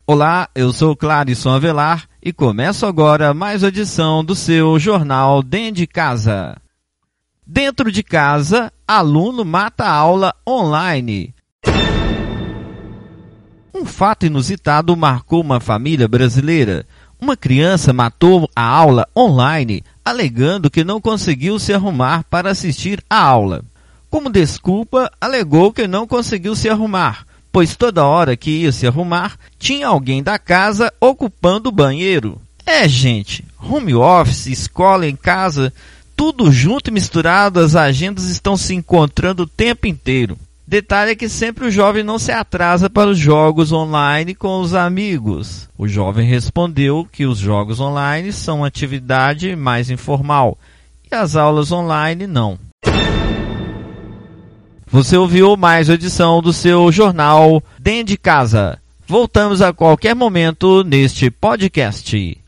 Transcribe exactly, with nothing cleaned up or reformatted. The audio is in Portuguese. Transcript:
Olá, eu sou Clarison Avelar e começo agora mais uma edição do seu jornal Dentro de Casa. Dentro de casa, aluno mata a aula online. Um fato inusitado marcou uma família brasileira. Uma criança matou a aula online, alegando que não conseguiu se arrumar para assistir a aula. Como desculpa, alegou que não conseguiu se arrumar, pois toda hora que ia se arrumar, tinha alguém da casa ocupando o banheiro. É, gente, home office, escola em casa, tudo junto e misturado, as agendas estão se encontrando o tempo inteiro. Detalhe é que sempre o jovem não se atrasa para os jogos online com os amigos. O jovem respondeu que os jogos online são uma atividade mais informal e as aulas online não. Você ouviu mais uma edição do seu jornal Dentro de Casa. Voltamos a qualquer momento neste podcast.